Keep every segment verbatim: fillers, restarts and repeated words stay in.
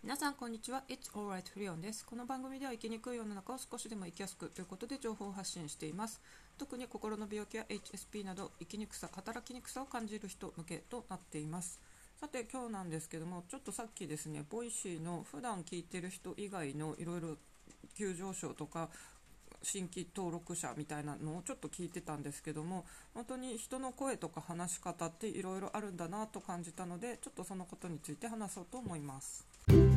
皆さんこんにちは。 It's alright フリオンです。この番組では生きにくい世の中を少しでも生きやすくということで情報を発信しています。特に心の病気や エイチエスピー など生きにくさ、働きにくさを感じる人向けとなっています。さて今日なんですけども、ちょっとさっきですね、ボイシーの普段聞いてる人以外のいろいろ急上昇とか新規登録者みたいなのをちょっと聞いてたんですけども、本当に人の声とか話し方っていろいろあるんだなと感じたので、ちょっとそのことについて話そうと思います。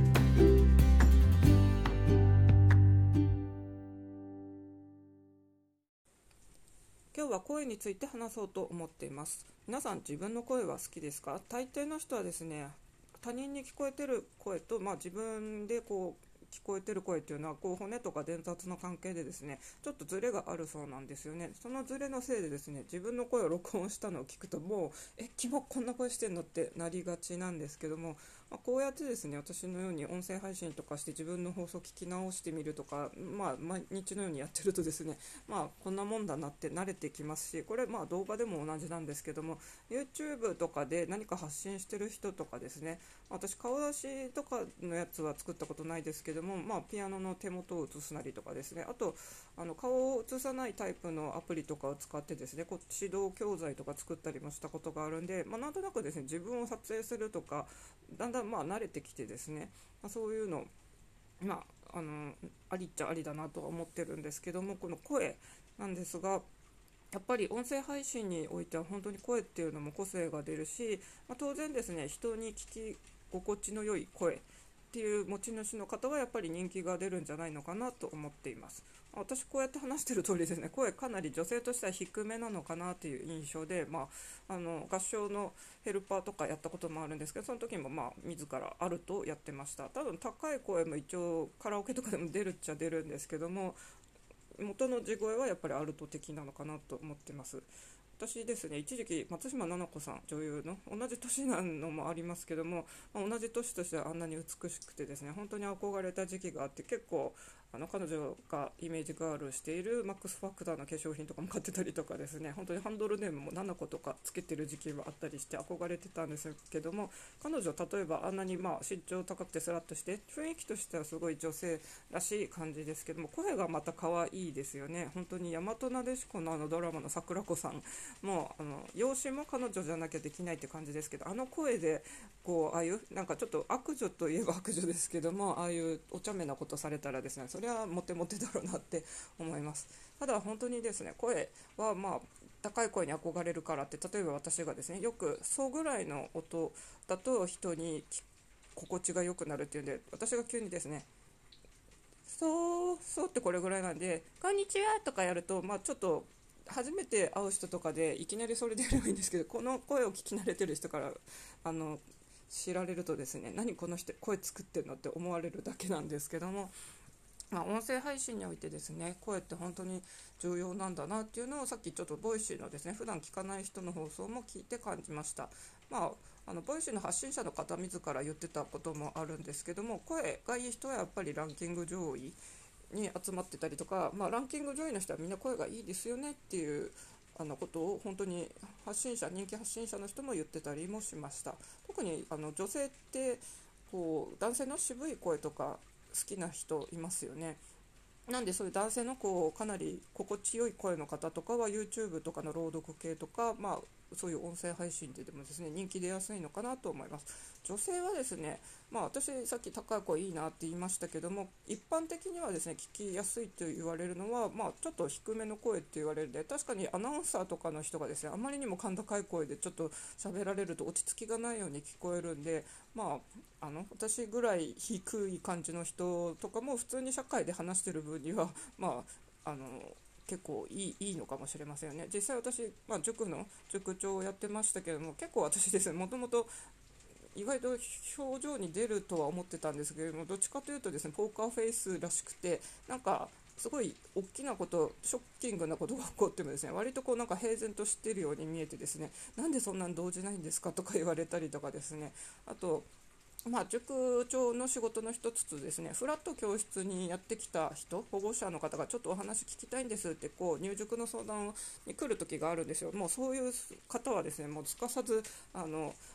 今日は声について話そうと思っています。皆さん自分の声は好きですか？大抵の人はですね、他人に聞こえてる声と、まあ、自分でこう聞こえてる声っていうのはこう骨とか伝達の関係でですね、ちょっとズレがあるそうなんですよね。そのズレのせいでですね、自分の声を録音したのを聞くと、もうえキモこんな声してんのってなりがちなんですけども、まあ、こうやってですね、私のように音声配信とかして自分の放送を聞き直してみるとか、まあ、毎日のようにやってるとですね、まあこんなもんだなって慣れてきますし、これまあ動画でも同じなんですけども、 YouTube とかで何か発信してる人とかですね、私顔出しとかのやつは作ったことないですけども、まあ、ピアノの手元を映すなりとかですね、あとあの顔を映さないタイプのアプリとかを使ってですね、こう指導教材とか作ったりもしたことがあるんで、まあ、なんとなくですね、自分を撮影するとかだんだんまあ慣れてきてですね、まあ、そういうのまあ、あのありっちゃありだなとは思ってるんですけども、この声なんですが、やっぱり音声配信においては本当に声っていうのも個性が出るし、まあ、当然ですね、人に聞き心地の良い声っていう持ち主の方はやっぱり人気が出るんじゃないのかなと思っています。私こうやって話してる通りですね、声かなり女性としては低めなのかなという印象で、まあ、あの合唱のヘルパーとかやったこともあるんですけど、その時もまあ自らあるとやってました。多分高い声も一応カラオケとかでも出るっちゃ出るんですけども、元の地声はやっぱりアルト的なのかなと思ってます。私ですね、一時期松島菜々子さん、女優の同じ年なのもありますけども、まあ、同じ年としてはあんなに美しくてですね、本当に憧れた時期があって、結構あの彼女がイメージガールしているマックスファクターの化粧品とかも買ってたりとかですね、本当にハンドルネームも菜々子とかつけてる時期はあったりして憧れてたんですけども、彼女例えばあんなにまあ身長高くてスラッとして雰囲気としてはすごい女性らしい感じですけども、声がまた可愛いですよね。本当に大和なでしこのあのドラマの桜子さんもうあの容姿も彼女じゃなきゃできないって感じですけど、あの声でこうああいうなんかちょっと悪女といえば悪女ですけども、ああいうお茶目なことされたらですね、それはモテモテだろうなって思います。ただ本当にですね、声はまあ高い声に憧れるからって、例えば私がですね、よくそうぐらいの音だと人に心地が良くなるっていうんで、私が急にですね、そうそうってこれぐらいなんで、こんにちはとかやると、まあちょっと初めて会う人とかでいきなりそれでやればいいんですけど、この声を聞き慣れてる人からあの知られるとですね、何この人声作ってんのって思われるだけなんですけども、まあ、音声配信においてですね、声って本当に重要なんだなっていうのをさっきちょっとボイシーのですね、普段聞かない人の放送も聞いて感じました。まああのボイシーの発信者の方自ら言ってたこともあるんですけども、声がいい人はやっぱりランキング上位に集まってたりとか、まあ、ランキング上位の人はみんな声がいいですよねっていうあのことを本当に発信者人気発信者の人も言ってたりもしました。特にあの女性ってこう男性の渋い声とか好きな人いますよね。なんでそういう男性のこうかなり心地よい声の方とかは YouTube とかの朗読系とか、まあ、そういう音声配信ででもですね人気出やすいのかなと思います。女性はですね、まあ、私さっき高い声いいなって言いましたけども、一般的にはですね聞きやすいと言われるのは、まあ、ちょっと低めの声って言われるので、確かにアナウンサーとかの人がですねあまりにも甲高い声でちょっと喋られると落ち着きがないように聞こえるんで、まあ、あの私ぐらい低い感じの人とかも普通に社会で話してる分には、まあ、あの結構いい、いいのかもしれませんよね。実際私、まあ、塾の塾長をやってましたけども、結構私ですね、もともと意外と表情に出るとは思ってたんですけれども、どっちかというとですねポーカーフェイスらしくて、なんかすごい大きなこと、ショッキングなことが起こってもですね、割とこうなんか平然としているように見えてですね、なんでそんなん動じないんですかとか言われたりとかですね、あとまあ、塾長の仕事の一つとですね、フラット教室にやってきた人、保護者の方がちょっとお話聞きたいんですってこう入塾の相談に来る時があるんですよ。もうそういう方はですね、もうすかさずあの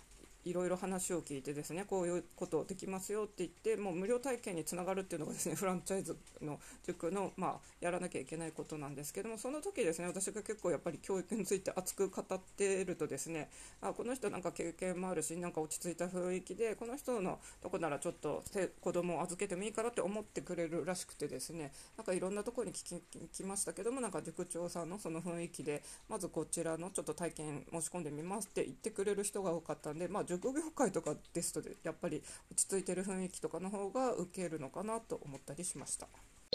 いろいろ話を聞いてですね、こういうことできますよって言って、もう無料体験につながるっていうのがですね、フランチャイズの塾の、まあ、やらなきゃいけないことなんですけども、その時ですね、私が結構やっぱり教育について熱く語っているとですね、あ、この人なんか経験もあるし、なんか落ち着いた雰囲気で、この人のとこならちょっと子供を預けてもいいかなって思ってくれるらしくてですね、なんかいろんなところに聞きに来ましたけども、なんか塾長さんのその雰囲気で、まずこちらのちょっと体験申し込んでみますって言ってくれる人が多かったんで、まあ、塾業界とかですとやっぱり落ち着いてる雰囲気とかの方が受けるのかなと思ったりしました。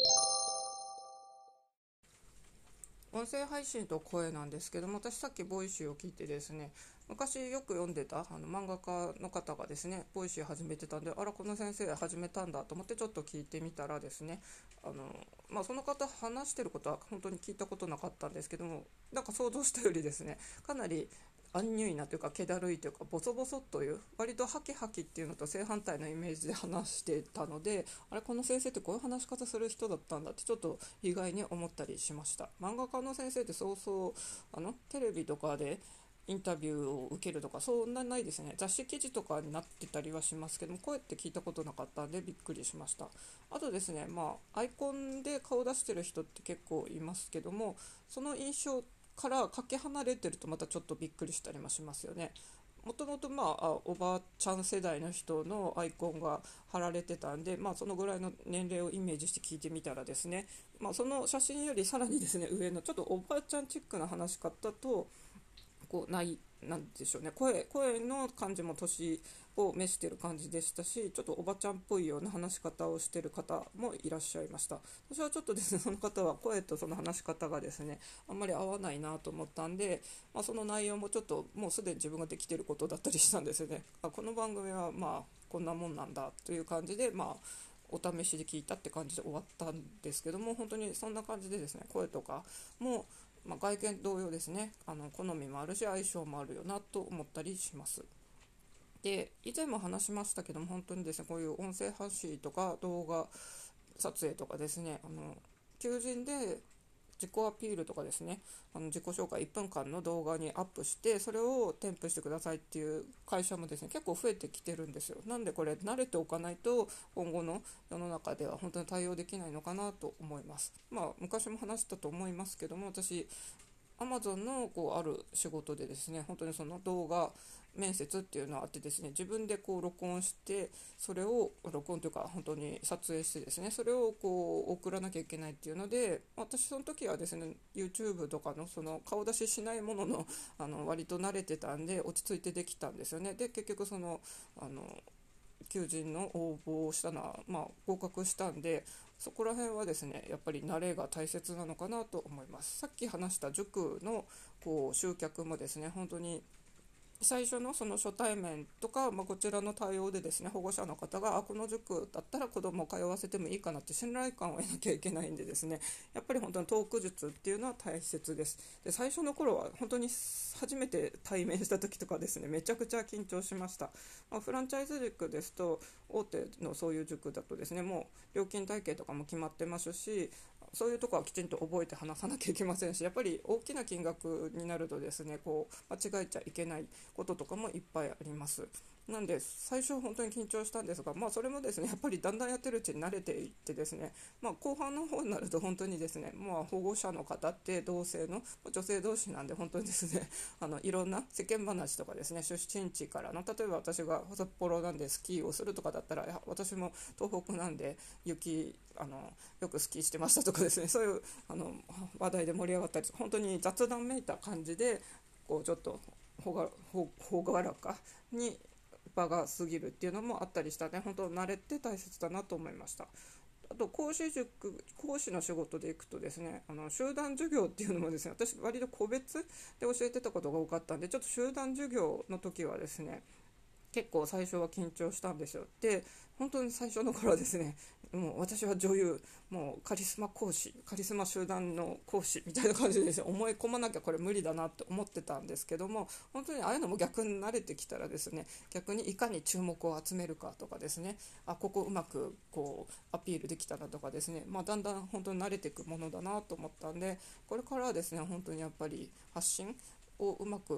音声配信と声なんですけども、私さっきボイシーを聞いてですね、昔よく読んでたあの漫画家の方がですねボイシー始めてたんで、あらこの先生始めたんだと思ってちょっと聞いてみたらですね、あの、まあ、その方話してることは本当に聞いたことなかったんですけども、なんか想像したよりですね、かなりアンニュイなというか気だるいというかボソボソという割とハキハキっていうのと正反対のイメージで話してたので、あれこの先生ってこういう話し方する人だったんだってちょっと意外に思ったりしました。漫画家の先生ってそうそうあのテレビとかでインタビューを受けるとかそんなないですね。雑誌記事とかになってたりはしますけども、声って聞いたことなかったんでびっくりしました。あとですね、まあアイコンで顔出してる人って結構いますけども、その印象からかけ離れてるとまたちょっとびっくりしたりもしますよね。もともとまあおばあちゃん世代の人のアイコンが貼られてたんで、まあ、そのぐらいの年齢をイメージして聞いてみたらですね、まあ、その写真よりさらにですね上のちょっとおばあちゃんチックな話し方とこうないなんでしょうね、声声の感じも年を召している感じでしたし、ちょっとおばちゃんっぽいような話し方をしている方もいらっしゃいました。私はちょっとですねその方は声とその話し方がですねあんまり合わないなと思ったんで、まあ、その内容もちょっともうすでに自分ができていることだったりしたんですよね。あ、この番組はまあこんなもんなんだという感じで、まあお試しで聞いたって感じで終わったんですけども、本当にそんな感じでですね、声とかもまあ、外見同様ですね、あの好みもあるし相性もあるよなと思ったりします。で、以前も話しましたけども、本当にですねこういう音声発信とか動画撮影とかですね、あの求人で自己アピールとかですね、あの自己紹介いっぷんかんの動画にアップしてそれを添付してくださいっていう会社もですね結構増えてきてるんですよ。なんでこれ慣れておかないと今後の世の中では本当に対応できないのかなと思います。まあ昔も話したと思いますけども、私アマゾンのこうある仕事でですね、本当にその動画面接っていうのがあってですね、自分でこう録音してそれを録音というか本当に撮影してですね、それをこう送らなきゃいけないっていうので、私その時はですね YouTube とかのその顔出ししないものの、あの割と慣れてたんで落ち着いてできたんですよね。で結局そのあの求人の応募をしたのは、まあ、合格したんで、そこら辺はですねやっぱり慣れが大切なのかなと思います。さっき話した塾のこう集客もですね、本当に最初のその初対面とか、まあ、こちらの対応でですね保護者の方があこの塾だったら子供を通わせてもいいかなって信頼感を得なきゃいけないんでですね、やっぱり本当にトーク術っていうのは大切です。で最初の頃は本当に初めて対面した時とかですねめちゃくちゃ緊張しました。まあ、フランチャイズ塾ですと大手のそういう塾だとですねもう料金体系とかも決まってますし、そういうところはきちんと覚えて話さなきゃいけませんし、やっぱり大きな金額になるとですねこう間違えちゃいけないこととかもいっぱいあります。なんで最初本当に緊張したんですが、まあ、それもですねやっぱりだんだんやってるうちに慣れていってですね、まあ、後半の方になると本当にですね、まあ、保護者の方って同性の女性同士なんで本当にですねあのいろんな世間話とかですね出身地からの、例えば私が札幌なんでスキーをするとかだったら、いや私も東北なんで雪あのよくスキーしてましたとかですね、そういうあの話題で盛り上がったり、本当に雑談めいた感じでこうちょっとほがほほがらかに場が過ぎるっていうのもあったりしたね。本当慣れって大切だなと思いました。あと講師塾講師の仕事でいくとですね、あの集団授業っていうのもですね私割と個別で教えてたことが多かったんで、ちょっと集団授業の時はですね結構最初は緊張したんですよ。で本当に最初の頃はですねもう私は女優、もうカリスマ講師、カリスマ集団の講師みたいな感じでですね思い込まなきゃこれ無理だなって思ってたんですけども、本当にああいうのも逆に慣れてきたらですね、逆にいかに注目を集めるかとかですね、あここうまくこうアピールできたなとかですね、まあ、だんだん本当に慣れていくものだなと思ったんで、これからはですね本当にやっぱり発信をうまく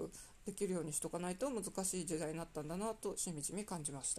できるようにしとかないと難しい時代になったんだなとしみじみ感じました。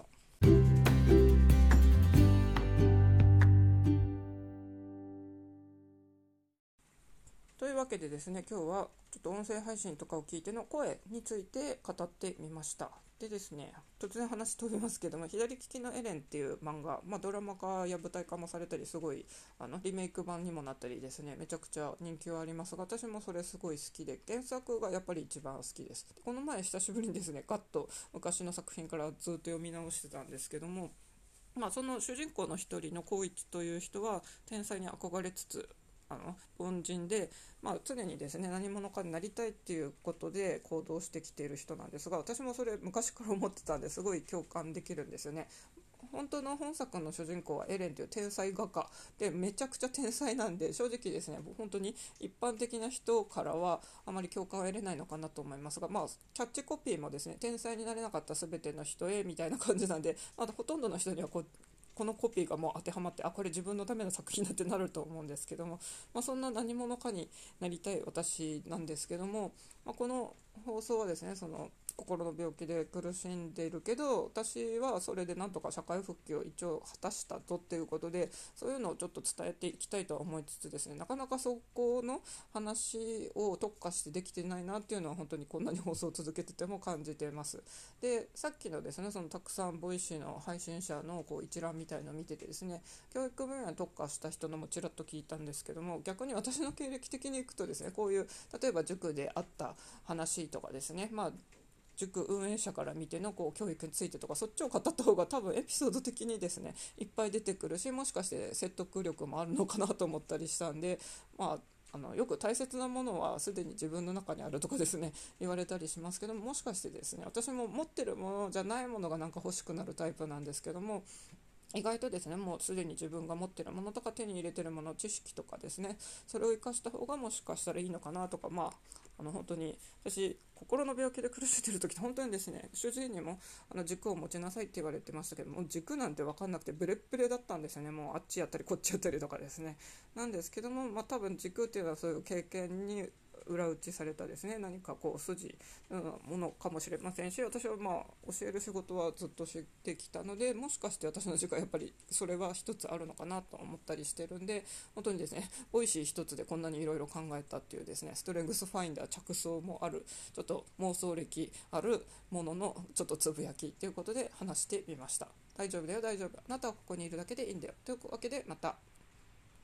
というわけでですね、今日はちょっと音声配信とかを聞いての声について語ってみました。でですね、突然話飛びますけども、左利きのエレンっていう漫画、まあ、ドラマ化や舞台化もされたり、すごいあのリメイク版にもなったりですね、めちゃくちゃ人気はありますが、私もそれすごい好きで、原作がやっぱり一番好きです。この前久しぶりにですね、ガッと昔の作品からずっと読み直してたんですけども、まあ、その主人公の一人の光一という人は天才に憧れつつあの凡人で、まあ、常にですね何者かになりたいっていうことで行動してきている人なんですが、私もそれ昔から思ってたんですごい共感できるんですよね。本当の本作の主人公はエレンという天才画家で、めちゃくちゃ天才なんで、正直ですね本当に一般的な人からはあまり共感を得れないのかなと思いますが、まあ、キャッチコピーもですね、天才になれなかった全ての人へみたいな感じなんで、まだほとんどの人にはこうこのコピーがもう当てはまって、あ、これ自分のための作品だってなると思うんですけども、まあ、そんな何者かになりたい私なんですけども、まあ、この放送はですね、その心の病気で苦しんでいるけど、私はそれでなんとか社会復帰を一応果たしたぞっていうことで、そういうのをちょっと伝えていきたいとは思いつつですね、なかなかそこの話を特化してできてないなっていうのは本当にこんなに放送を続けてても感じています。で、さっきのですね、そのたくさんボイシーの配信者のこう一覧みたいのを見ててですね、教育分野に特化した人のもちらっと聞いたんですけども、逆に私の経歴的にいくとですね、こういう例えば塾であった話とかですね、まあ塾運営者から見てのこう教育についてとか、そっちを語った方が多分エピソード的にですねいっぱい出てくるし、もしかして説得力もあるのかなと思ったりしたんで、まああのよく大切なものはすでに自分の中にあるとかですね言われたりしますけども、もしかしてですね私も持ってるものじゃないものがなんか欲しくなるタイプなんですけども、意外とですねもうすでに自分が持っているものとか手に入れているもの、知識とかですね、それを生かした方がもしかしたらいいのかなとか、まああの本当に私心の病気で苦しんでる時本当にですね、主治医にもあの軸を持ちなさいって言われてましたけども、軸なんて分かんなくてブレッブレだったんですよね。もうあっちやったりこっちやったりとかですね、なんですけども、まあ多分軸っていうのはそういう経験に裏打ちされたですね、何かこう筋のものかもしれませんし、私はまあ教える仕事はずっとしてきたので、もしかして私の時間やっぱりそれは一つあるのかなと思ったりしてるんで、本当にですねボイシー一つでこんなにいろいろ考えたっていうですね、ストレングスファインダー着想もある、ちょっと妄想歴あるもののちょっとつぶやきということで話してみました。大丈夫だよ大丈夫、あなたはここにいるだけでいいんだよというわけで、また。